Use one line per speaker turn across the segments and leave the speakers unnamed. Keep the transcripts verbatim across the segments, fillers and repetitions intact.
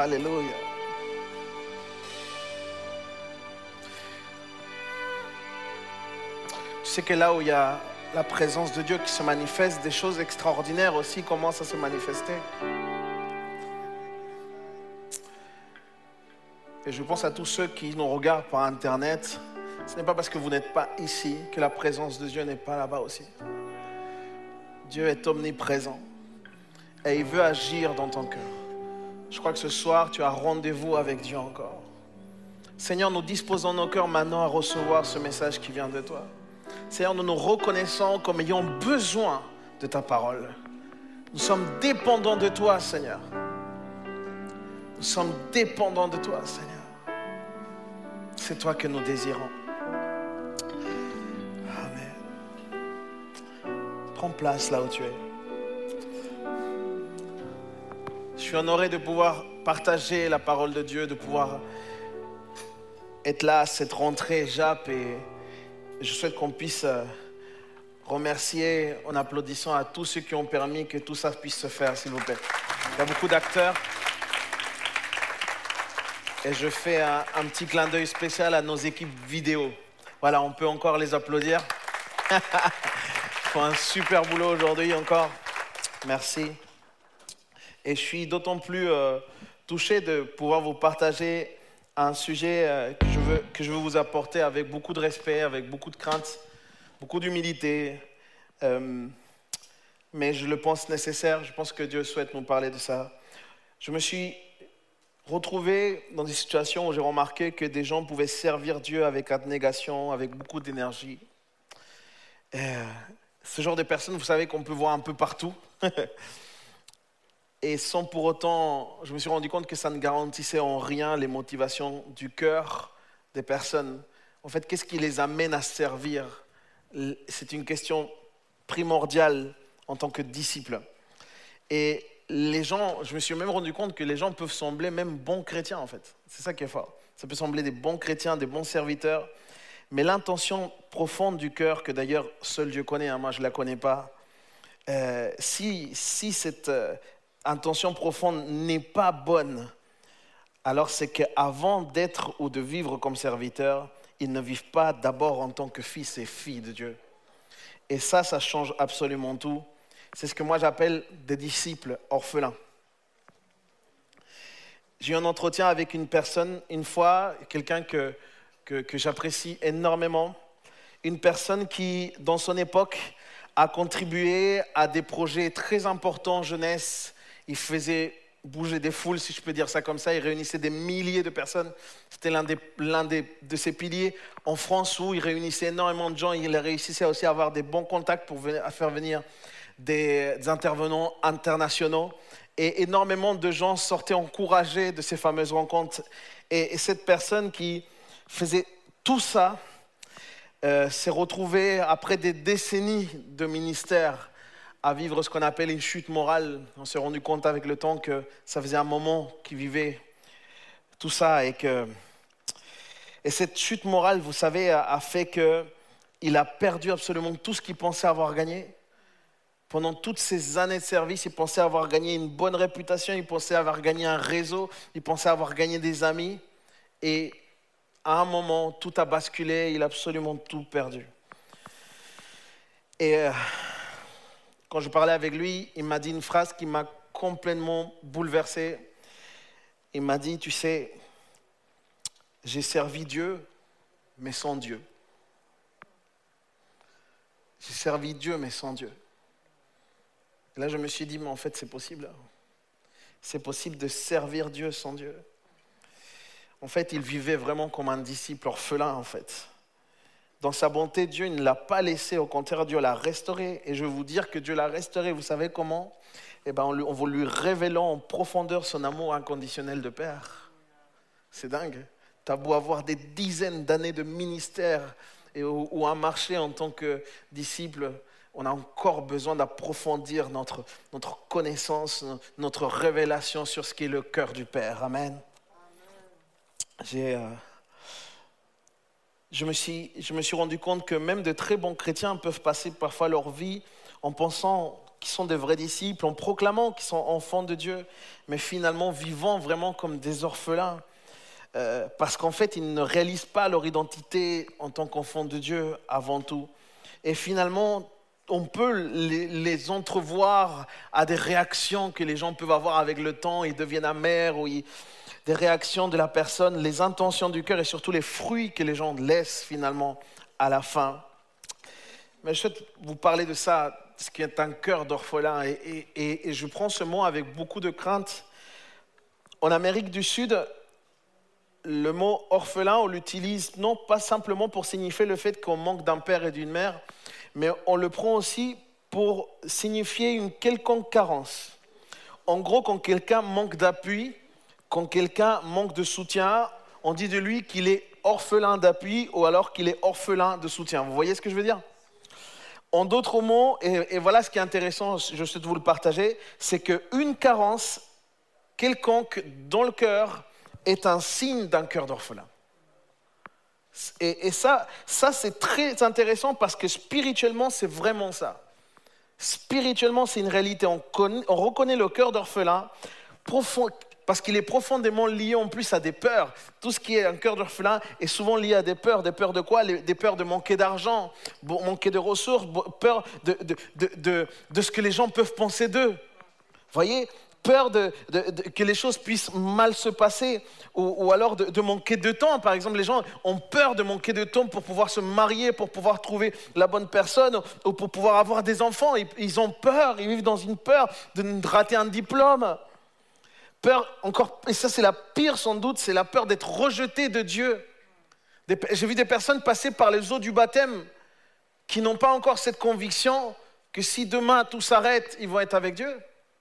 Alléluia. Tu sais que là où il y a la présence de Dieu qui se manifeste, des choses extraordinaires aussi commencent à se manifester. Et je pense à tous ceux qui nous regardent par Internet. Ce n'est pas parce que vous n'êtes pas ici que la présence de Dieu n'est pas là-bas aussi. Dieu est omniprésent et il veut agir dans ton cœur. Je crois que ce soir, tu as rendez-vous avec Dieu encore. Seigneur, nous disposons nos cœurs maintenant à recevoir ce message qui vient de toi. Seigneur, nous nous reconnaissons comme ayant besoin de ta parole. Nous sommes dépendants de toi, Seigneur. Nous sommes dépendants de toi, Seigneur. C'est toi que nous désirons. Amen. Prends place là où tu es. Je suis honoré de pouvoir partager la parole de Dieu, de pouvoir être là à cette rentrée J A P, et je souhaite qu'on puisse remercier en applaudissant à tous ceux qui ont permis que tout ça puisse se faire, s'il vous plaît. Il y a beaucoup d'acteurs. Et je fais un, un petit clin d'œil spécial à nos équipes vidéo. Voilà, on peut encore les applaudir. Ils font un super boulot aujourd'hui encore. Merci. Et je suis d'autant plus euh, touché de pouvoir vous partager un sujet euh, que, je veux, que je veux vous apporter avec beaucoup de respect, avec beaucoup de crainte, beaucoup d'humilité. Euh, mais je le pense nécessaire. Je pense que Dieu souhaite nous parler de ça. Je me suis retrouvé dans des situations où j'ai remarqué que des gens pouvaient servir Dieu avec abnégation, avec beaucoup d'énergie. Et ce genre de personnes, vous savez qu'on peut voir un peu partout. Et sans pour autant, je me suis rendu compte que ça ne garantissait en rien les motivations du cœur des personnes. En fait, qu'est-ce qui les amène à servir? C'est une question primordiale en tant que disciple. Et les gens, je me suis même rendu compte que les gens peuvent sembler même bons chrétiens en fait. C'est ça qui est fort. Ça peut sembler des bons chrétiens, des bons serviteurs, mais l'intention profonde du cœur, que d'ailleurs seul Dieu connaît, hein, moi je ne la connais pas, euh, si, si cette euh, intention profonde n'est pas bonne, alors c'est qu'avant d'être ou de vivre comme serviteur, ils ne vivent pas d'abord en tant que fils et filles de Dieu. Et ça, ça change absolument tout. C'est ce que moi j'appelle des disciples orphelins. J'ai eu un entretien avec une personne, une fois, quelqu'un que, que, que j'apprécie énormément. Une personne qui, dans son époque, a contribué à des projets très importants en jeunesse. Il faisait bouger des foules, si je peux dire ça comme ça. Il réunissait des milliers de personnes. C'était l'un, des, l'un des, de ses piliers en France où il réunissait énormément de gens. Il réussissait aussi à avoir des bons contacts pour venir, à faire venir Des, des intervenants internationaux, et énormément de gens sortaient encouragés de ces fameuses rencontres. Et, et cette personne qui faisait tout ça euh, s'est retrouvée, après des décennies de ministère, à vivre ce qu'on appelle une chute morale. On s'est rendu compte avec le temps que ça faisait un moment qu'il vivait tout ça, et que et cette chute morale, vous savez, a, a fait qu'il a perdu absolument tout ce qu'il pensait avoir gagné. Pendant toutes ces années de service, il pensait avoir gagné une bonne réputation, il pensait avoir gagné un réseau, il pensait avoir gagné des amis. Et à un moment, tout a basculé, il a absolument tout perdu. Et euh, quand je parlais avec lui, il m'a dit une phrase qui m'a complètement bouleversé. Il m'a dit, tu sais, j'ai servi Dieu, mais sans Dieu. J'ai servi Dieu, mais sans Dieu. Et là, je me suis dit, mais en fait, c'est possible. C'est possible de servir Dieu sans Dieu. En fait, il vivait vraiment comme un disciple orphelin, en fait. Dans sa bonté, Dieu ne l'a pas laissé. Au contraire, Dieu l'a restauré. Et je vais vous dire que Dieu l'a restauré. Vous savez comment? Eh bien, en vous lui révélant en profondeur son amour inconditionnel de Père. C'est dingue. Tu as beau avoir des dizaines d'années de ministère et, ou, ou un marché en tant que disciple, on a encore besoin d'approfondir notre, notre connaissance, notre révélation sur ce qu'est le cœur du Père. Amen. Amen. J'ai, euh, je, me suis, je me suis rendu compte que même de très bons chrétiens peuvent passer parfois leur vie en pensant qu'ils sont des vrais disciples, en proclamant qu'ils sont enfants de Dieu, mais finalement vivant vraiment comme des orphelins. Euh, parce qu'en fait, ils ne réalisent pas leur identité en tant qu'enfants de Dieu avant tout. Et finalement, on peut les, les entrevoir à des réactions que les gens peuvent avoir avec le temps, ils deviennent amers, ou ils, des réactions de la personne, les intentions du cœur et surtout les fruits que les gens laissent finalement à la fin. Mais je souhaite vous parler de ça, ce qui est un cœur d'orphelin. Et, et, et, et je prends ce mot avec beaucoup de crainte. En Amérique du Sud, le mot orphelin, on l'utilise non pas simplement pour signifier le fait qu'on manque d'un père et d'une mère, mais on le prend aussi pour signifier une quelconque carence. En gros, quand quelqu'un manque d'appui, quand quelqu'un manque de soutien, on dit de lui qu'il est orphelin d'appui ou alors qu'il est orphelin de soutien. Vous voyez ce que je veux dire ? En d'autres mots, et, et voilà ce qui est intéressant, je souhaite vous le partager, c'est qu'une carence quelconque dans le cœur est un signe d'un cœur d'orphelin. Et, et ça, ça, c'est très intéressant parce que spirituellement, c'est vraiment ça. Spirituellement, c'est une réalité. On, connaît, on reconnaît le cœur d'orphelin profond, parce qu'il est profondément lié en plus à des peurs. Tout ce qui est un cœur d'orphelin est souvent lié à des peurs. Des peurs de quoi ? Des peurs de manquer d'argent, manquer de ressources, peur de, de, de, de, de ce que les gens peuvent penser d'eux. Vous voyez ? Peur de, de, de, que les choses puissent mal se passer ou, ou alors de, de manquer de temps. Par exemple, les gens ont peur de manquer de temps pour pouvoir se marier, pour pouvoir trouver la bonne personne ou pour pouvoir avoir des enfants. Ils, ils ont peur, ils vivent dans une peur de rater un diplôme. Peur, encore, et ça c'est la pire sans doute, c'est la peur d'être rejeté de Dieu. Des, j'ai vu des personnes passer par les eaux du baptême qui n'ont pas encore cette conviction que si demain tout s'arrête, ils vont être avec Dieu.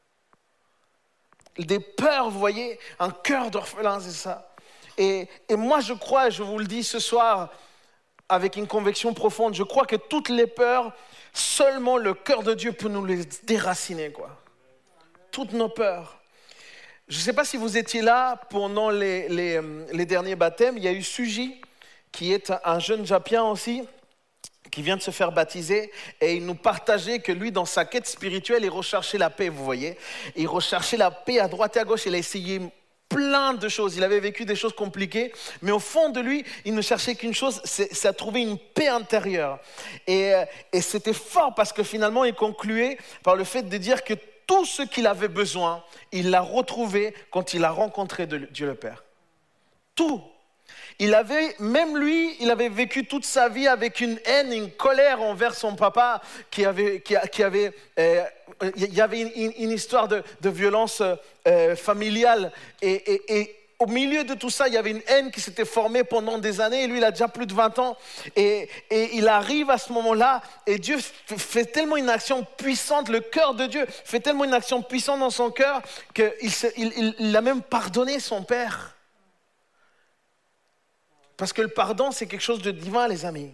Des peurs, vous voyez, un cœur d'orphelin, c'est ça. Et, et moi, je crois, et je vous le dis ce soir, avec une conviction profonde, je crois que toutes les peurs, seulement le cœur de Dieu peut nous les déraciner, quoi. Toutes nos peurs. Je ne sais pas si vous étiez là pendant les, les, les derniers baptêmes, il y a eu Suji, qui est un jeune Japien aussi, qui vient de se faire baptiser, et il nous partageait que lui, dans sa quête spirituelle, il recherchait la paix, vous voyez. Il recherchait la paix à droite et à gauche, il a essayé plein de choses, il avait vécu des choses compliquées, mais au fond de lui, il ne cherchait qu'une chose, c'est, c'est à trouver une paix intérieure. Et, et c'était fort parce que finalement, il concluait par le fait de dire que tout ce qu'il avait besoin, il l'a retrouvé quand il a rencontré Dieu le Père. Tout. Il avait, même lui, il avait vécu toute sa vie avec une haine, une colère envers son papa qui avait, qui, qui avait, euh, il y avait une, une histoire de, de violence euh, familiale et, et, et au milieu de tout ça, il y avait une haine qui s'était formée pendant des années et lui, il a déjà plus de vingt ans et, et il arrive à ce moment-là et Dieu fait tellement une action puissante, le cœur de Dieu fait tellement une action puissante dans son cœur qu'il il, il, il a même pardonné son père. Parce que le pardon, c'est quelque chose de divin, les amis.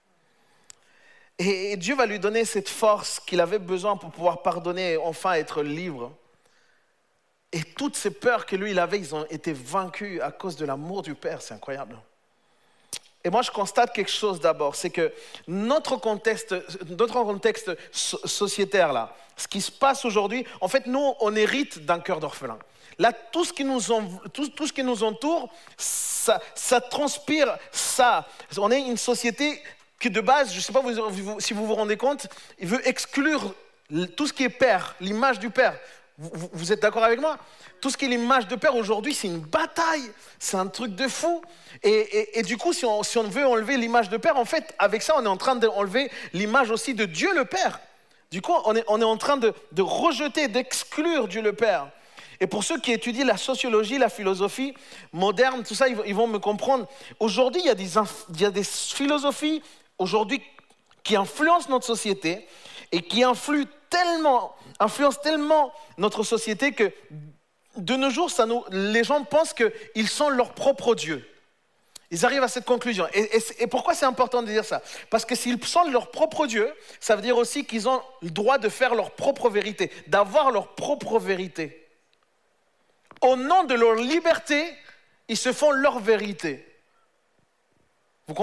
Et Dieu va lui donner cette force qu'il avait besoin pour pouvoir pardonner et enfin être libre. Et toutes ces peurs que lui, il avait, ils ont été vaincus à cause de l'amour du Père. C'est incroyable. Et moi, je constate quelque chose d'abord. C'est que notre contexte, notre contexte sociétaire, là, ce qui se passe aujourd'hui, en fait, nous, on hérite d'un cœur d'orphelin. Là, tout ce qui nous, en, tout, tout ce qui nous entoure, ça, ça transpire ça. On est une société qui, de base, je ne sais pas vous, vous, si vous vous rendez compte, il veut exclure tout ce qui est père, l'image du père. Vous, vous, vous êtes d'accord avec moi ? Tout ce qui est l'image de père aujourd'hui, c'est une bataille. C'est un truc de fou. Et, et, et du coup, si on, si on veut enlever l'image de père, en fait, avec ça, on est en train d'enlever l'image aussi de Dieu le Père. Du coup, on est, on est en train de, de rejeter, d'exclure Dieu le Père. Et pour ceux qui étudient la sociologie, la philosophie moderne, tout ça, ils vont me comprendre. Aujourd'hui, il y a des, il y a des philosophies aujourd'hui qui influencent notre société et qui influent tellement, influencent tellement notre société que de nos jours, ça nous, les gens pensent qu'ils sont leur propre Dieu. Ils arrivent à cette conclusion. Et, et, et pourquoi c'est important de dire ça ? Parce que s'ils sont leur propre Dieu, ça veut dire aussi qu'ils ont le droit de faire leur propre vérité, d'avoir leur propre vérité. Au nom de leur liberté, ils se font leur vérité. Vous comprenez ?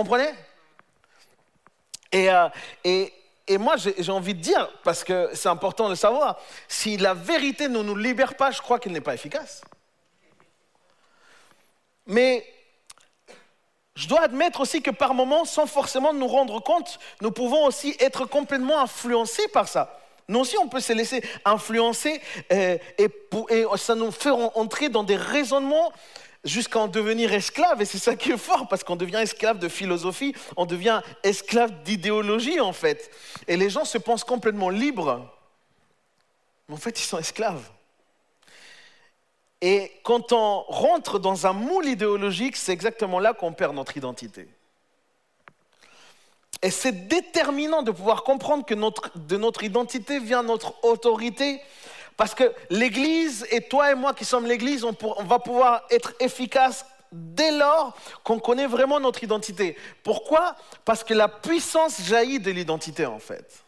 Et, euh, et, et moi, j'ai, j'ai envie de dire, parce que c'est important de le savoir, si la vérité ne nous libère pas, je crois qu'elle n'est pas efficace. Mais je dois admettre aussi que par moments, sans forcément nous rendre compte, nous pouvons aussi être complètement influencés par ça. Nous aussi, on peut se laisser influencer euh, et, pour, et ça nous fait entrer dans des raisonnements jusqu'à en devenir esclave. Et c'est ça qui est fort, parce qu'on devient esclave de philosophie, on devient esclave d'idéologie en fait. Et les gens se pensent complètement libres, mais en fait, ils sont esclaves. Et quand on rentre dans un moule idéologique, c'est exactement là qu'on perd notre identité. Et c'est déterminant de pouvoir comprendre que notre, de notre identité vient notre autorité. Parce que l'Église, et toi et moi qui sommes l'Église, on, pour, on va pouvoir être efficace dès lors qu'on connaît vraiment notre identité. Pourquoi ? Parce que la puissance jaillit de l'identité en fait.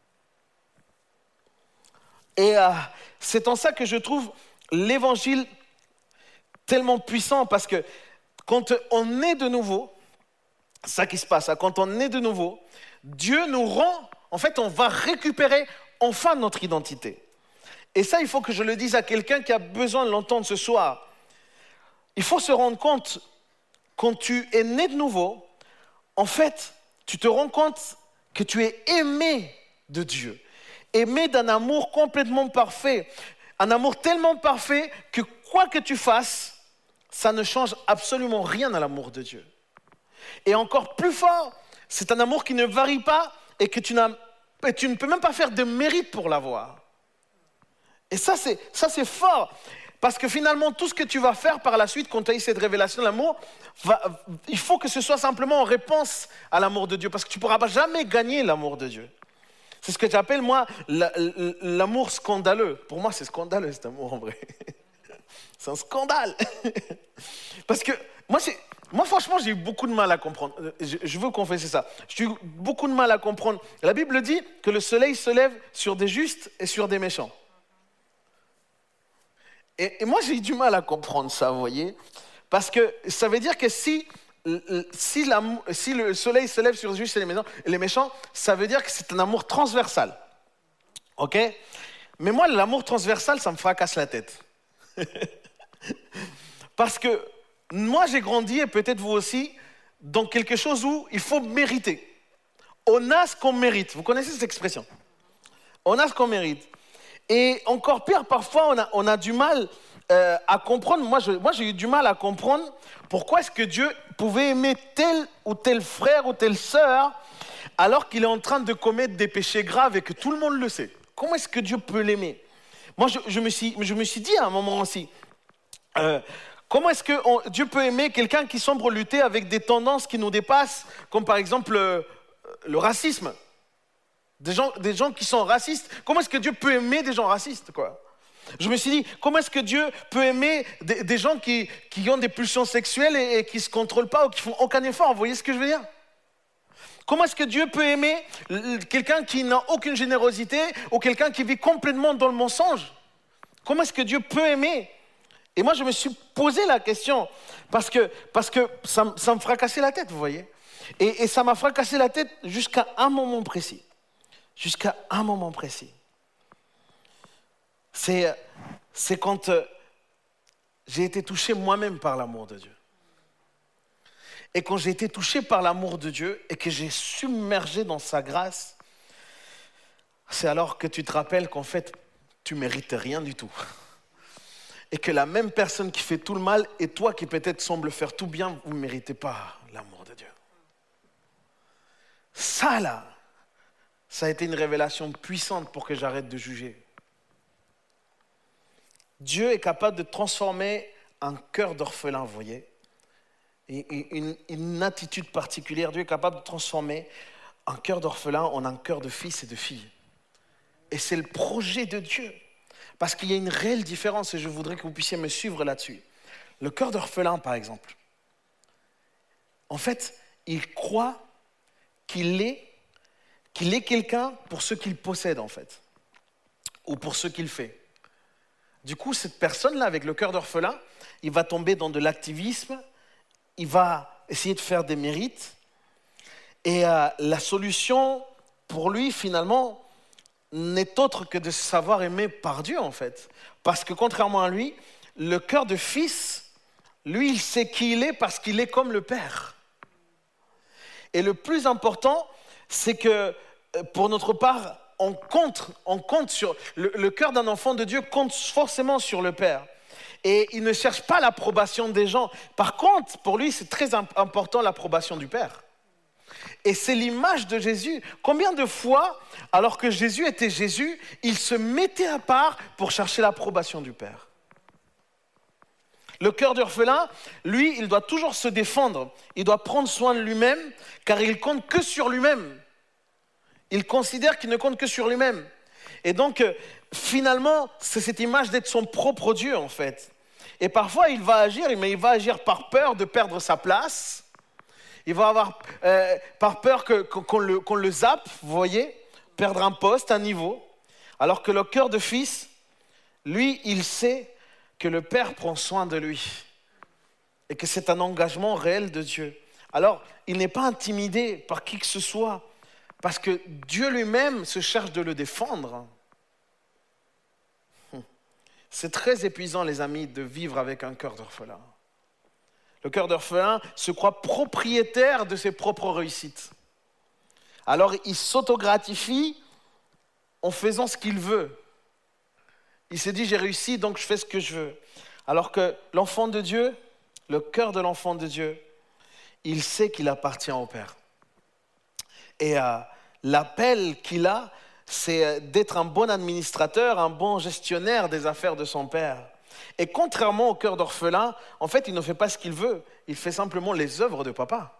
Et euh, c'est en ça que je trouve l'évangile tellement puissant, parce que quand on est de nouveau, c'est ça qui se passe, quand on est de nouveau, Dieu nous rend, en fait on va récupérer enfin notre identité. Et ça, il faut que je le dise à quelqu'un qui a besoin de l'entendre ce soir. Il faut se rendre compte, quand tu es né de nouveau, en fait, tu te rends compte que tu es aimé de Dieu, aimé d'un amour complètement parfait. Un amour tellement parfait que quoi que tu fasses, ça ne change absolument rien à l'amour de Dieu. Et encore plus fort, c'est un amour qui ne varie pas et que tu, n'as, et tu ne peux même pas faire de mérite pour l'avoir. Et ça c'est, ça, c'est fort. Parce que finalement, tout ce que tu vas faire par la suite, quand tu as eu cette révélation de l'amour, va, il faut que ce soit simplement en réponse à l'amour de Dieu. Parce que tu ne pourras jamais gagner l'amour de Dieu. C'est ce que j'appelle, moi, l'amour scandaleux. Pour moi, c'est scandaleux, cet amour, en vrai. C'est un scandale. Parce que, moi, c'est, moi, franchement, j'ai eu beaucoup de mal à comprendre. Je, je veux confesser ça. J'ai eu beaucoup de mal à comprendre. La Bible dit que le soleil se lève sur des justes et sur des méchants. Et, et moi, j'ai eu du mal à comprendre ça, vous voyez. Parce que ça veut dire que si... Si, la, si le soleil se lève sur les justes et les méchants, les méchants, ça veut dire que c'est un amour transversal. Ok ? Mais moi, l'amour transversal, ça me fracasse la tête. Parce que moi, j'ai grandi, et peut-être vous aussi, dans quelque chose où il faut mériter. On a ce qu'on mérite. Vous connaissez cette expression ? On a ce qu'on mérite. Et encore pire, parfois, on a, on a du mal euh, à comprendre. Moi, je, moi, j'ai eu du mal à comprendre pourquoi est-ce que Dieu pouvait aimer tel ou tel frère ou telle sœur alors qu'il est en train de commettre des péchés graves et que tout le monde le sait. Comment est-ce que Dieu peut l'aimer ? Moi, je, je, me suis, je me suis dit à un moment aussi, euh, comment est-ce que on, Dieu peut aimer quelqu'un qui semble lutter avec des tendances qui nous dépassent, comme par exemple euh, le racisme ? Des gens, des gens qui sont racistes. Comment est-ce que Dieu peut aimer des gens racistes, quoi ? Je me suis dit, comment est-ce que Dieu peut aimer des, des gens qui, qui ont des pulsions sexuelles et, et qui ne se contrôlent pas ou qui font aucun effort ? Vous voyez ce que je veux dire ? Comment est-ce que Dieu peut aimer quelqu'un qui n'a aucune générosité ou quelqu'un qui vit complètement dans le mensonge ? Comment est-ce que Dieu peut aimer ? Et moi, je me suis posé la question parce que, parce que ça, ça me fracassait la tête, vous voyez ? Et, et ça m'a fracassé la tête jusqu'à un moment précis. Jusqu'à un moment précis. C'est, c'est quand euh, j'ai été touché moi-même par l'amour de Dieu. Et quand j'ai été touché par l'amour de Dieu et que j'ai submergé dans sa grâce, c'est alors que tu te rappelles qu'en fait, tu ne mérites rien du tout. Et que la même personne qui fait tout le mal et toi qui peut-être semble faire tout bien, vous ne méritez pas l'amour de Dieu. Ça là, ça a été une révélation puissante pour que j'arrête de juger. Dieu est capable de transformer un cœur d'orphelin, vous voyez, et une, une attitude particulière. Dieu est capable de transformer un cœur d'orphelin en un cœur de fils et de filles. Et c'est le projet de Dieu. Parce qu'il y a une réelle différence et je voudrais que vous puissiez me suivre là-dessus. Le cœur d'orphelin, par exemple, en fait, il croit qu'il est, qu'il est quelqu'un pour ce qu'il possède, en fait, ou pour ce qu'il fait. Du coup, cette personne-là, avec le cœur d'orphelin, il va tomber dans de l'activisme, il va essayer de faire des mérites. Et euh, la solution pour lui, finalement, n'est autre que de se savoir aimé par Dieu, en fait. Parce que contrairement à lui, le cœur de fils, lui, il sait qui il est parce qu'il est comme le Père. Et le plus important, c'est que pour notre part, on compte, on compte sur... Le, le cœur d'un enfant de Dieu compte forcément sur le Père. Et il ne cherche pas l'approbation des gens. Par contre, pour lui, c'est très important l'approbation du Père. Et c'est l'image de Jésus. Combien de fois, alors que Jésus était Jésus, il se mettait à part pour chercher l'approbation du Père. Le cœur d'orphelin, lui, il doit toujours se défendre. Il doit prendre soin de lui-même, car il compte que sur lui-même. Il considère qu'il ne compte que sur lui-même. Et donc, finalement, c'est cette image d'être son propre Dieu, en fait. Et parfois, il va agir, mais il va agir par peur de perdre sa place. Il va avoir euh, par peur que, qu'on, le, qu'on le zappe, vous voyez, perdre un poste, un niveau. Alors que le cœur de fils, lui, il sait que le Père prend soin de lui et que c'est un engagement réel de Dieu. Alors, il n'est pas intimidé par qui que ce soit parce que Dieu lui-même se cherche de le défendre. C'est très épuisant, les amis, de vivre avec un cœur d'orphelin. Le cœur d'orphelin se croit propriétaire de ses propres réussites. Alors, il s'autogratifie en faisant ce qu'il veut. Il s'est dit, j'ai réussi, donc je fais ce que je veux. Alors que l'enfant de Dieu, le cœur de l'enfant de Dieu, il sait qu'il appartient au Père. Et euh, l'appel qu'il a, c'est d'être un bon administrateur, un bon gestionnaire des affaires de son Père. Et contrairement au cœur d'orphelin, en fait, il ne fait pas ce qu'il veut. Il fait simplement les œuvres de papa.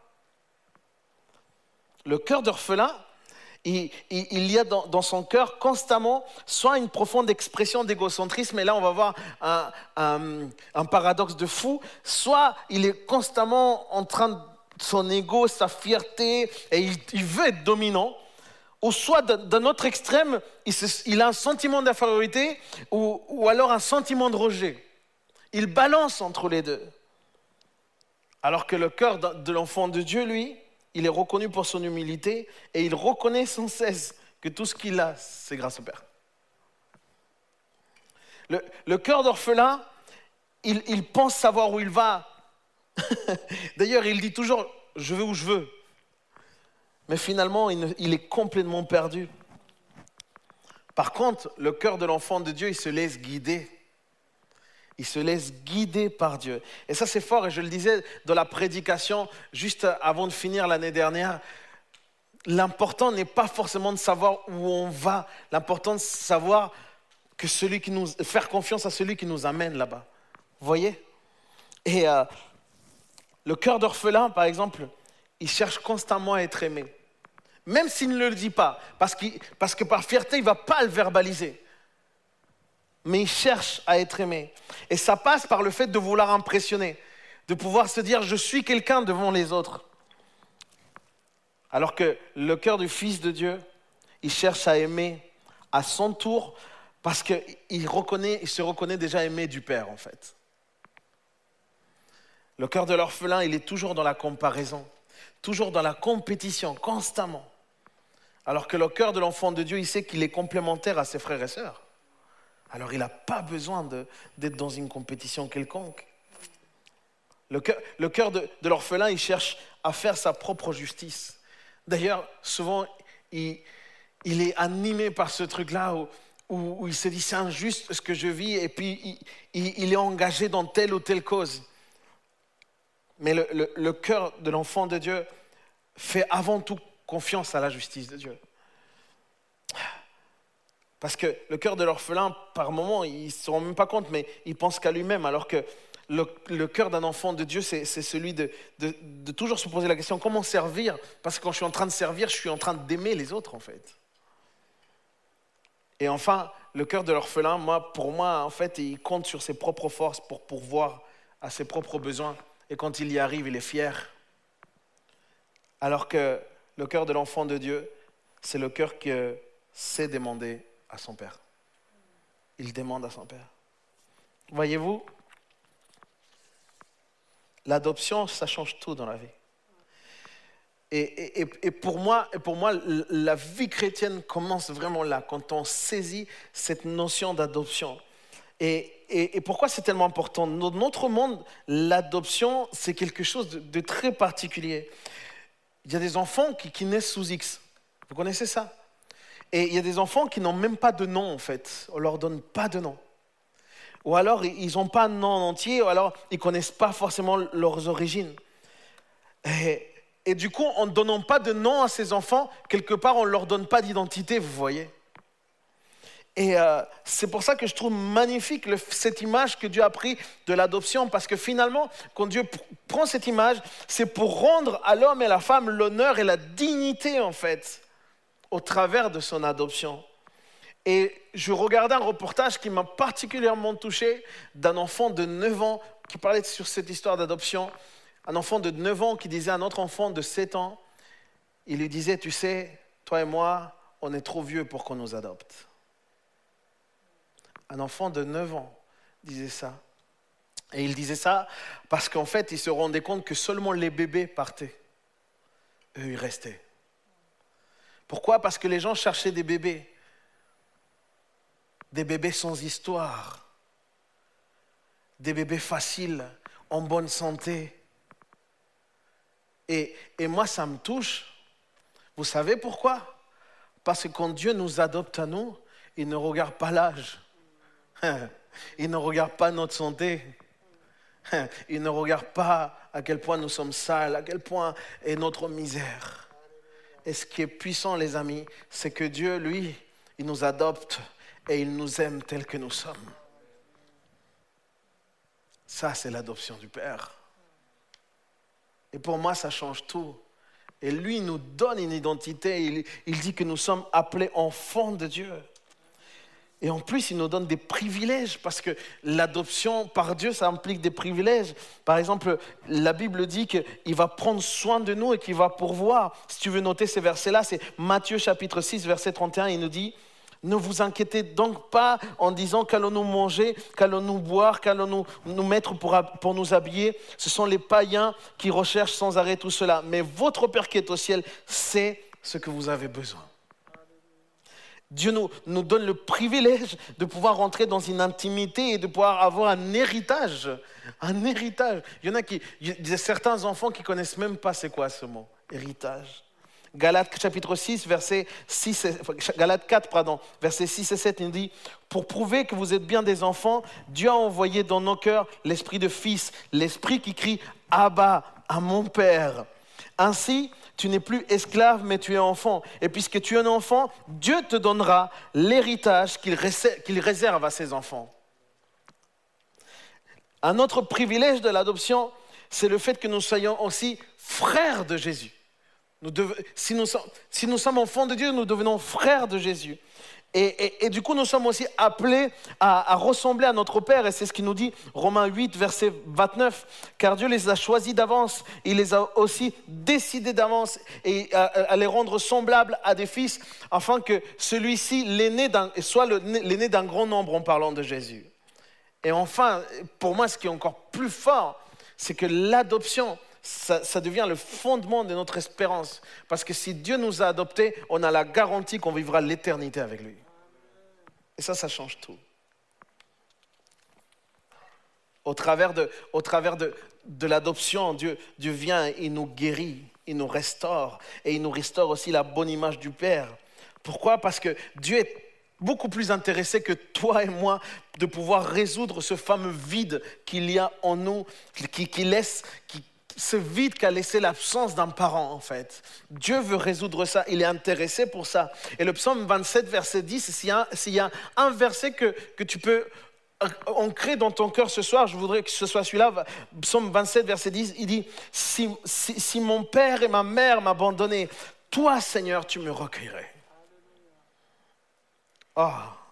Le cœur d'orphelin, il, il, il y a dans, dans son cœur constamment soit une profonde expression d'égocentrisme, et là on va voir un, un, un paradoxe de fou, soit il est constamment en train de son ego, sa fierté, et il, il veut être dominant, ou soit d'un autre extrême, il, se, il a un sentiment d'infériorité, ou, ou alors un sentiment de rejet. Il balance entre les deux. Alors que le cœur de l'enfant de Dieu, lui, il est reconnu pour son humilité et il reconnaît sans cesse que tout ce qu'il a, c'est grâce au Père. Le, le cœur d'orphelin, il, il pense savoir où il va. D'ailleurs, il dit toujours « je vais où je veux ». Mais finalement, il, ne, il est complètement perdu. Par contre, le cœur de l'enfant de Dieu, il se laisse guider. Il se laisse guider par Dieu. Et ça, c'est fort. Et je le disais dans la prédication, juste avant de finir l'année dernière, l'important n'est pas forcément de savoir où on va. L'important, c'est de savoir que celui qui nous, faire confiance à celui qui nous amène là-bas. Vous voyez ? Et euh, le cœur d'orphelin, par exemple, il cherche constamment à être aimé. Même s'il ne le dit pas. Parce, qu'il, parce que par fierté, il ne va pas le verbaliser. Mais il cherche à être aimé. Et ça passe par le fait de vouloir impressionner, de pouvoir se dire « je suis quelqu'un devant les autres ». Alors que le cœur du Fils de Dieu, il cherche à aimer à son tour parce qu'il reconnaît, il se reconnaît déjà aimé du Père en fait. Le cœur de l'orphelin, il est toujours dans la comparaison, toujours dans la compétition, constamment. Alors que le cœur de l'enfant de Dieu, il sait qu'il est complémentaire à ses frères et sœurs. Alors il n'a pas besoin de, d'être dans une compétition quelconque. Le cœur, le cœur de, de l'orphelin, il cherche à faire sa propre justice. D'ailleurs, souvent, il, il est animé par ce truc-là où, où, où il se dit c'est injuste ce que je vis et puis il, il, il est engagé dans telle ou telle cause. Mais le, le, le cœur de l'enfant de Dieu fait avant tout confiance à la justice de Dieu. Parce que le cœur de l'orphelin, par moments, il ne se rend même pas compte, mais il pense qu'à lui-même. Alors que le, le cœur d'un enfant de Dieu, c'est, c'est celui de, de, de toujours se poser la question, comment servir ? Parce que quand je suis en train de servir, je suis en train d'aimer les autres, en fait. Et enfin, le cœur de l'orphelin, moi, pour moi, en fait, il compte sur ses propres forces pour pourvoir à ses propres besoins. Et quand il y arrive, il est fier. Alors que le cœur de l'enfant de Dieu, c'est le cœur qui sait demander à son Père. Il demande à son Père. Voyez-vous, l'adoption, ça change tout dans la vie. Et, et, et, pour moi, et pour moi, la vie chrétienne commence vraiment là, quand on saisit cette notion d'adoption. Et, et, et pourquoi c'est tellement important? Dans notre monde, l'adoption, c'est quelque chose de, de très particulier. Il y a des enfants qui, qui naissent sous X. Vous connaissez ça? Et il y a des enfants qui n'ont même pas de nom, en fait. On ne leur donne pas de nom. Ou alors, ils n'ont pas un nom entier, ou alors, ils ne connaissent pas forcément leurs origines. Et, et du coup, en ne donnant pas de nom à ces enfants, quelque part, on ne leur donne pas d'identité, vous voyez. Et euh, c'est pour ça que je trouve magnifique le, cette image que Dieu a pris de l'adoption, parce que finalement, quand Dieu pr- prend cette image, c'est pour rendre à l'homme et à la femme l'honneur et la dignité, en fait, au travers de son adoption. Et je regardais un reportage qui m'a particulièrement touché d'un enfant de neuf ans qui parlait sur cette histoire d'adoption. Un enfant de neuf ans qui disait à un autre enfant de sept ans, il lui disait, tu sais, toi et moi, on est trop vieux pour qu'on nous adopte. Un enfant de neuf ans disait ça. Et il disait ça parce qu'en fait, il se rendait compte que seulement les bébés partaient. Eux, ils restaient. Pourquoi? Parce que les gens cherchaient des bébés. Des bébés sans histoire. Des bébés faciles, en bonne santé. Et, et moi, ça me touche. Vous savez pourquoi? Parce que quand Dieu nous adopte à nous, il ne regarde pas l'âge. Il ne regarde pas notre santé. Il ne regarde pas à quel point nous sommes sales, à quel point est notre misère. Et ce qui est puissant, les amis, c'est que Dieu, lui, il nous adopte et il nous aime tels que nous sommes. Ça, c'est l'adoption du Père. Et pour moi, ça change tout. Et lui, il nous donne une identité. Il, il dit que nous sommes appelés enfants de Dieu. Et en plus, il nous donne des privilèges, parce que l'adoption par Dieu, ça implique des privilèges. Par exemple, la Bible dit qu'il va prendre soin de nous et qu'il va pourvoir. Si tu veux noter ces versets-là, c'est Matthieu chapitre six, verset trente et un, il nous dit « Ne vous inquiétez donc pas en disant qu'allons-nous manger, qu'allons-nous boire, qu'allons-nous nous mettre pour, pour nous habiller. Ce sont les païens qui recherchent sans arrêt tout cela. Mais votre Père qui est au ciel sait ce que vous avez besoin. » Dieu nous, nous donne le privilège de pouvoir rentrer dans une intimité et de pouvoir avoir un héritage. Un héritage. Il y en a qui, il y a certains enfants qui ne connaissent même pas c'est quoi ce mot, héritage. Galates chapitre six, verset six, Galates quatre, pardon, verset six et sept, il dit « Pour prouver que vous êtes bien des enfants, Dieu a envoyé dans nos cœurs l'esprit de fils, l'esprit qui crie « Abba, à mon Père ». Ainsi, tu n'es plus esclave, mais tu es enfant. Et puisque tu es un enfant, Dieu te donnera l'héritage qu'il réserve à ses enfants. Un autre privilège de l'adoption, c'est le fait que nous soyons aussi frères de Jésus. Nous devons, si, nous sommes, si nous sommes enfants de Dieu, nous devenons frères de Jésus. Et, et, et du coup, nous sommes aussi appelés à, à ressembler à notre Père. Et c'est ce qu'il nous dit, Romains huit, verset vingt-neuf. Car Dieu les a choisis d'avance. Il les a aussi décidés d'avance et à, à les rendre semblables à des fils, afin que celui-ci, l'aîné d'un, soit le, l'aîné d'un grand nombre en parlant de Jésus. Et enfin, pour moi, ce qui est encore plus fort, c'est que l'adoption, Ça, ça devient le fondement de notre espérance. Parce que si Dieu nous a adoptés, on a la garantie qu'on vivra l'éternité avec lui. Et ça, ça change tout. Au travers de, au travers de, de l'adoption, Dieu, Dieu vient, il nous guérit, il nous restaure. Et il nous restaure aussi la bonne image du Père. Pourquoi? Parce que Dieu est beaucoup plus intéressé que toi et moi de pouvoir résoudre ce fameux vide qu'il y a en nous, qui, qui laisse... Qui, ce vide qu'a laissé l'absence d'un parent, en fait. Dieu veut résoudre ça, il est intéressé pour ça. Et le psaume vingt-sept, verset dix, s'il y a, s'il y a un verset que, que tu peux ancrer dans ton cœur ce soir, je voudrais que ce soit celui-là, psaume vingt-sept, verset dix, il dit si, si, si mon père et ma mère m'abandonnaient, toi, Seigneur, tu me recueillerais. Oh.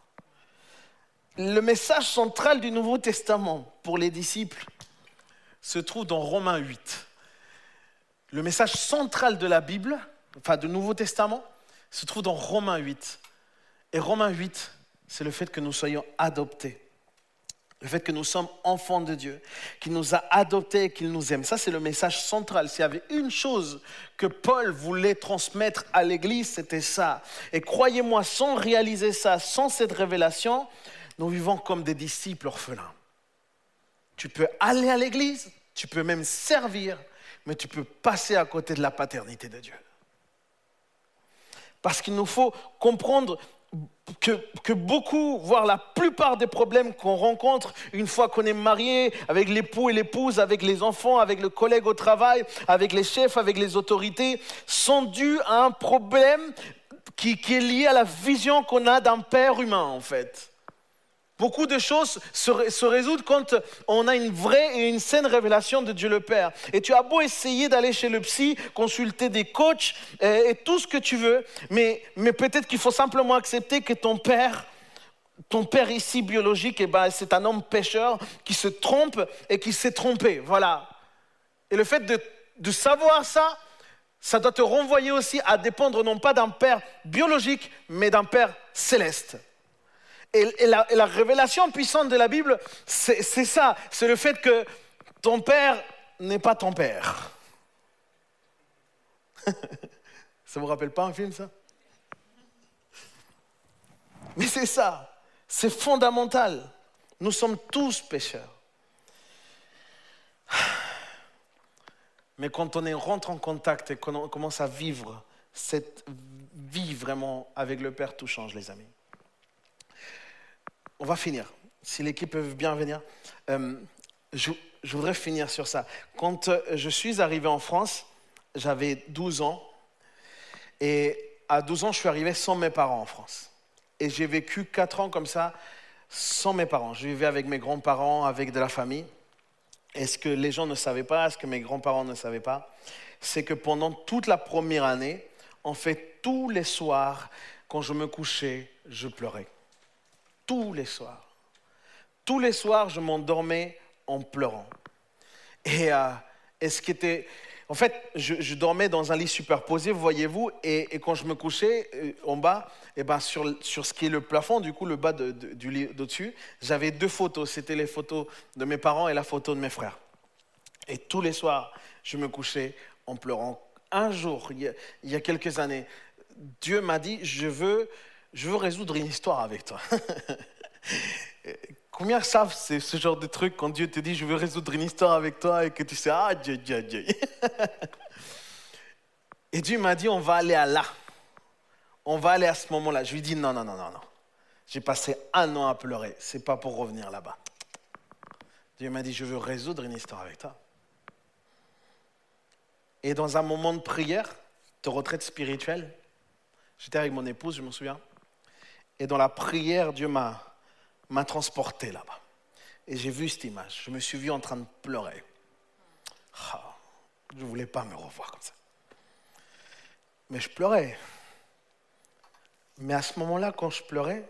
Le message central du Nouveau Testament pour les disciples se trouve dans Romains huit. Le message central de la Bible, enfin du Nouveau Testament, se trouve dans Romains huit. Et Romains huit, c'est le fait que nous soyons adoptés. Le fait que nous sommes enfants de Dieu, qu'il nous a adoptés et qu'il nous aime. Ça, c'est le message central. S'il y avait une chose que Paul voulait transmettre à l'Église, c'était ça. Et croyez-moi, sans réaliser ça, sans cette révélation, nous vivons comme des disciples orphelins. Tu peux aller à l'Église, tu peux même servir, mais tu peux passer à côté de la paternité de Dieu. Parce qu'il nous faut comprendre Que, que beaucoup, voire la plupart des problèmes qu'on rencontre une fois qu'on est marié, avec l'époux et l'épouse, avec les enfants, avec le collègue au travail, avec les chefs, avec les autorités, sont dus à un problème qui, qui est lié à la vision qu'on a d'un père humain en fait. Beaucoup de choses se, se résoudent quand on a une vraie et une saine révélation de Dieu le Père. Et tu as beau essayer d'aller chez le psy, consulter des coachs et, et tout ce que tu veux, mais, mais peut-être qu'il faut simplement accepter que ton père, ton père ici biologique, eh ben, c'est un homme pécheur qui se trompe et qui s'est trompé. Voilà. Et le fait de, de savoir ça, ça doit te renvoyer aussi à dépendre non pas d'un père biologique, mais d'un père céleste. Et, et, la, et la révélation puissante de la Bible, c'est, c'est ça. C'est le fait que ton père n'est pas ton père. Ça ne vous rappelle pas un film, ça? Mais c'est ça. C'est fondamental. Nous sommes tous pécheurs. Mais quand on est, rentre en contact et qu'on commence à vivre cette vie vraiment avec le Père, tout change, les amis. On va finir. Si l'équipe peut bien venir. Euh, je, je voudrais finir sur ça. Quand je suis arrivé en France, j'avais douze ans. Et à douze ans, je suis arrivé sans mes parents en France. Et j'ai vécu quatre ans comme ça, sans mes parents. Je vivais avec mes grands-parents, avec de la famille. Et ce que les gens ne savaient pas, ce que mes grands-parents ne savaient pas, c'est que pendant toute la première année, en fait, tous les soirs, quand je me couchais, je pleurais. Tous les soirs. Tous les soirs, je m'endormais en pleurant. Et, euh, et ce qui était... En fait, je, je dormais dans un lit superposé, voyez-vous, et, et quand je me couchais euh, en bas, et ben sur, sur ce qui est le plafond, du coup, le bas de, de, du lit d'au-dessus, j'avais deux photos. C'était les photos de mes parents et la photo de mes frères. Et tous les soirs, je me couchais en pleurant. Un jour, il y a, il y a quelques années, Dieu m'a dit, je veux... Je veux résoudre une histoire avec toi. Combien savent c'est ce genre de truc quand Dieu te dit je veux résoudre une histoire avec toi et que tu sais ah Dieu Dieu Dieu. Et Dieu m'a dit on va aller à là. On va aller à ce moment-là. Je lui dis non non non non non. J'ai passé un an à pleurer. C'est pas pour revenir là-bas. Dieu m'a dit je veux résoudre une histoire avec toi. Et dans un moment de prière, de retraite spirituelle, j'étais avec mon épouse, je m'en souviens. Et dans la prière, Dieu m'a, m'a transporté là-bas. Et j'ai vu cette image. Je me suis vu en train de pleurer. Ah, je ne voulais pas me revoir comme ça. Mais je pleurais. Mais à ce moment-là, quand je pleurais,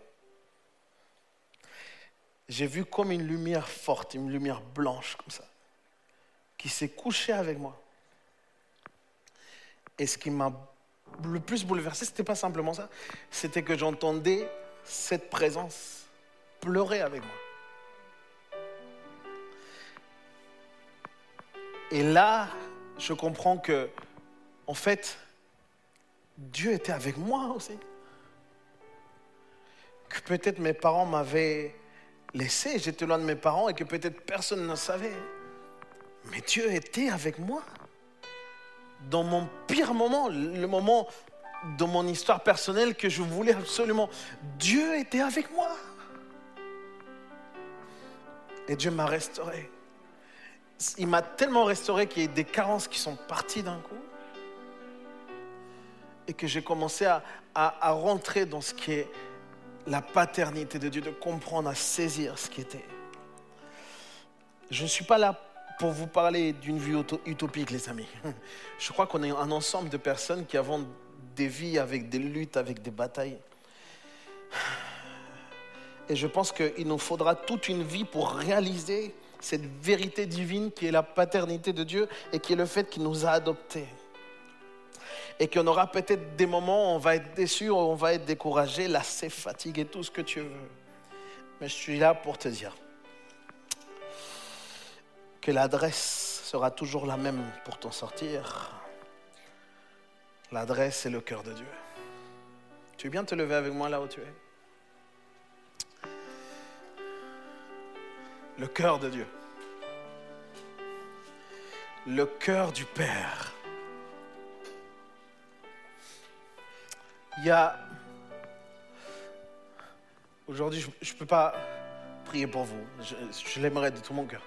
j'ai vu comme une lumière forte, une lumière blanche comme ça, qui s'est couchée avec moi. Et ce qui m'a le plus bouleversé, ce n'était pas simplement ça, c'était que j'entendais cette présence pleurer avec moi. Et là, je comprends que, en fait, Dieu était avec moi aussi. Que peut-être mes parents m'avaient laissé, j'étais loin de mes parents et que peut-être personne ne savait. Mais Dieu était avec moi. Dans mon pire moment, le moment de mon histoire personnelle que je voulais absolument, Dieu était avec moi. Et Dieu m'a restauré. Il m'a tellement restauré qu'il y a des carences qui sont parties d'un coup. Et que j'ai commencé à, à, à rentrer dans ce qui est la paternité de Dieu, de comprendre, à saisir ce qui était. Je ne suis pas là pour vous parler d'une vie utopique, les amis. Je crois qu'on est un ensemble de personnes qui avons des vies avec des luttes, avec des batailles. Et je pense qu'il nous faudra toute une vie pour réaliser cette vérité divine qui est la paternité de Dieu et qui est le fait qu'il nous a adoptés. Et qu'on aura peut-être des moments où on va être déçu, où on va être découragé, lassé, fatigué, tout ce que tu veux. Mais je suis là pour te dire, que l'adresse sera toujours la même pour t'en sortir. L'adresse, c'est le cœur de Dieu. Tu veux bien te lever avec moi là où tu es? Le cœur de Dieu. Le cœur du Père. Il y a... Aujourd'hui, je ne peux pas prier pour vous. Je, je l'aimerais de tout mon cœur.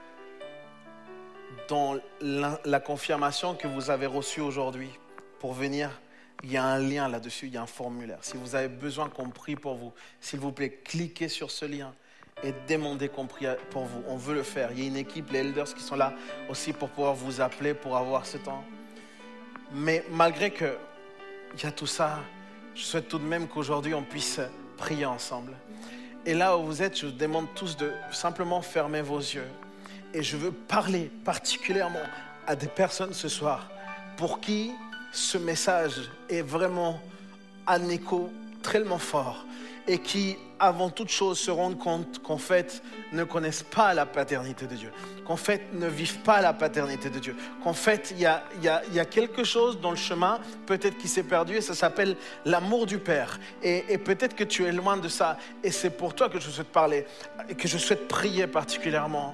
Dans la, la confirmation que vous avez reçue aujourd'hui pour venir, il y a un lien là-dessus, il y a un formulaire. Si vous avez besoin qu'on prie pour vous, s'il vous plaît, cliquez sur ce lien et demandez qu'on prie pour vous. On veut le faire. Il y a une équipe, les elders qui sont là aussi pour pouvoir vous appeler, pour avoir ce temps. Mais malgré qu'il y a tout ça, je souhaite tout de même qu'aujourd'hui on puisse prier ensemble. Et là où vous êtes, je vous demande tous de simplement fermer vos yeux. Et je veux parler particulièrement à des personnes ce soir pour qui ce message est vraiment un écho tellement fort et qui, avant toute chose, se rendent compte qu'en fait, ne connaissent pas la paternité de Dieu, qu'en fait, ne vivent pas la paternité de Dieu, qu'en fait, il y a, y a, y a quelque chose dans le chemin, peut-être qui s'est perdu, et ça s'appelle l'amour du Père. Et, et peut-être que tu es loin de ça, et c'est pour toi que je souhaite parler, et que je souhaite prier particulièrement.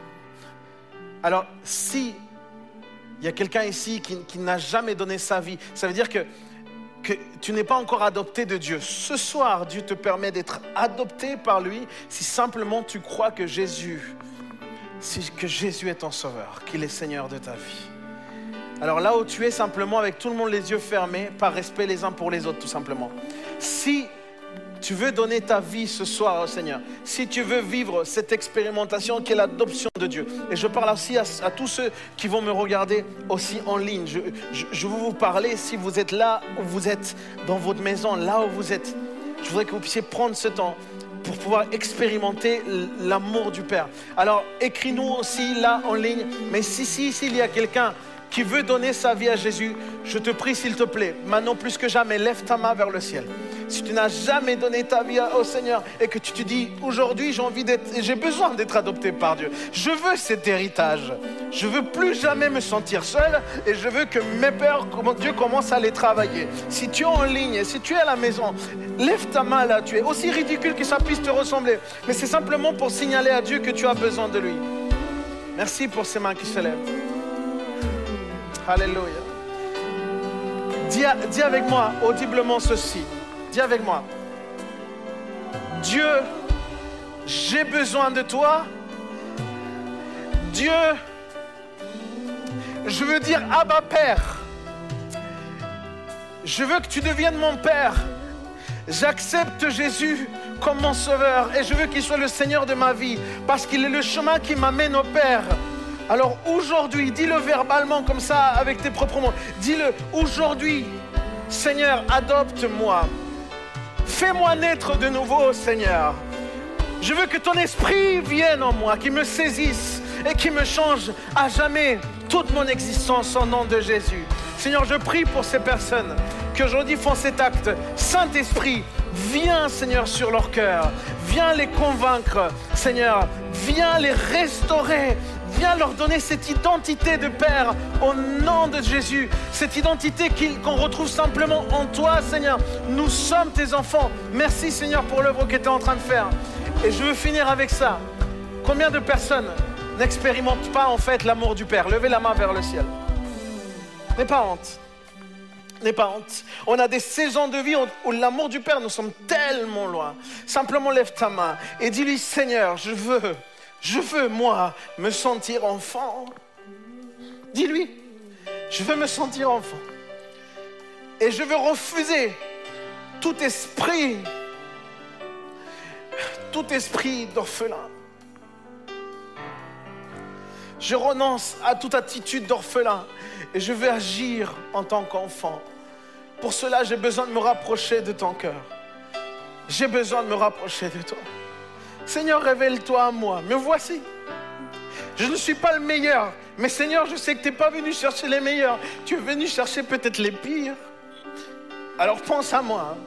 Alors, si il y a quelqu'un ici qui, qui n'a jamais donné sa vie, ça veut dire que que tu n'es pas encore adopté de Dieu. Ce soir, Dieu te permet d'être adopté par lui si simplement tu crois que Jésus, si, que Jésus est ton sauveur, qu'il est Seigneur de ta vie. Alors là où tu es, simplement avec tout le monde les yeux fermés, par respect les uns pour les autres tout simplement. Si tu veux donner ta vie ce soir au Seigneur, si tu veux vivre cette expérimentation qui est l'adoption de Dieu, et je parle aussi à, à tous ceux qui vont me regarder aussi en ligne, je, je, je veux vous parler, si vous êtes là où vous êtes, dans votre maison, là où vous êtes, je voudrais que vous puissiez prendre ce temps pour pouvoir expérimenter l'amour du Père. Alors écris-nous aussi là en ligne, mais si, si, s'il y a quelqu'un qui veut donner sa vie à Jésus, je te prie s'il te plaît, maintenant plus que jamais, lève ta main vers le ciel. Si tu n'as jamais donné ta vie au Seigneur et que tu te dis aujourd'hui j'ai envie d'être, j'ai besoin d'être adopté par Dieu, je veux cet héritage, je veux plus jamais me sentir seul et je veux que mes pères, Dieu commence à les travailler. Si tu es en ligne et si tu es à la maison, lève ta main là, tu es aussi ridicule que ça puisse te ressembler, mais c'est simplement pour signaler à Dieu que tu as besoin de lui. Merci pour ces mains qui se lèvent. Alléluia. Dis, dis avec moi audiblement ceci. Dis avec moi. Dieu, j'ai besoin de toi. Dieu, je veux dire Abba Père. Je veux que tu deviennes mon Père. J'accepte Jésus comme mon sauveur et je veux qu'il soit le Seigneur de ma vie parce qu'il est le chemin qui m'amène au Père. Alors aujourd'hui, dis-le verbalement comme ça avec tes propres mots. Dis-le aujourd'hui, Seigneur, adopte-moi. Fais-moi naître de nouveau, Seigneur. Je veux que ton esprit vienne en moi, qu'il me saisisse et qu'il me change à jamais toute mon existence au nom de Jésus. Seigneur, je prie pour ces personnes qui aujourd'hui font cet acte. Saint-Esprit, viens, Seigneur, sur leur cœur. Viens les convaincre, Seigneur. Viens les restaurer. Viens leur donner cette identité de Père au nom de Jésus. Cette identité qu'on retrouve simplement en toi, Seigneur. Nous sommes tes enfants. Merci, Seigneur, pour l'œuvre que tu es en train de faire. Et je veux finir avec ça. Combien de personnes n'expérimentent pas en fait l'amour du Père? Levez la main vers le ciel. N'aie pas honte. N'aie pas honte. On a des saisons de vie où l'amour du Père, nous sommes tellement loin. Simplement lève ta main et dis-lui, Seigneur, je veux... Je veux, moi, me sentir enfant. Dis-lui, je veux me sentir enfant. Et je veux refuser tout esprit, tout esprit d'orphelin. Je renonce à toute attitude d'orphelin et je veux agir en tant qu'enfant. Pour cela, j'ai besoin de me rapprocher de ton cœur. J'ai besoin de me rapprocher de toi. Seigneur, révèle-toi à moi. Me voici. Je ne suis pas le meilleur. Mais Seigneur, je sais que tu n'es pas venu chercher les meilleurs. Tu es venu chercher peut-être les pires. Alors pense à moi.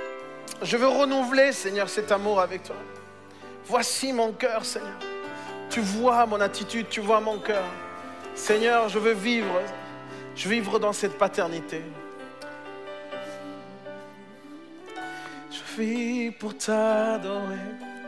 Je veux renouveler, Seigneur, cet amour avec toi. Voici mon cœur, Seigneur. tu vois mon attitude, tu vois mon cœur. Seigneur, je veux vivre, je veux vivre dans cette paternité. Je vis pour t'adorer.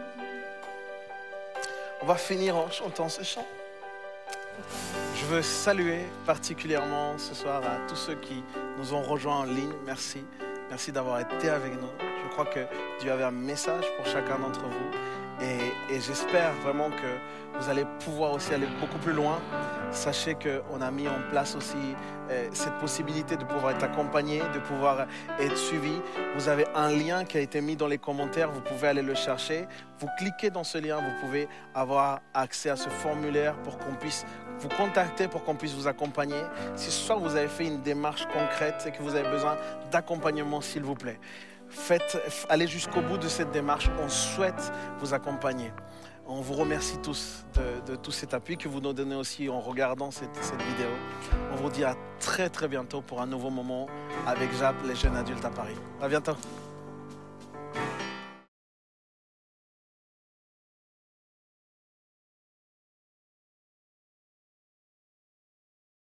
On va finir en chantant ce chant. Je veux saluer particulièrement ce soir à tous ceux qui nous ont rejoints en ligne. Merci. Merci d'avoir été avec nous. Je crois que Dieu avait un message pour chacun d'entre vous. Et, et j'espère vraiment que vous allez pouvoir aussi aller beaucoup plus loin. Sachez qu'on a mis en place aussi euh, cette possibilité de pouvoir être accompagné, de pouvoir être suivi. Vous avez un lien qui a été mis dans les commentaires, vous pouvez aller le chercher. Vous cliquez dans ce lien, vous pouvez avoir accès à ce formulaire pour qu'on puisse vous contacter, pour qu'on puisse vous accompagner. Si ce soir vous avez fait une démarche concrète et que vous avez besoin d'accompagnement, s'il vous plaît, faites, allez jusqu'au bout de cette démarche. On souhaite vous accompagner. On vous remercie tous de, de tout cet appui que vous nous donnez aussi en regardant cette, cette vidéo. On vous dit à très très bientôt pour un nouveau moment avec J A P, les jeunes adultes à Paris. À bientôt.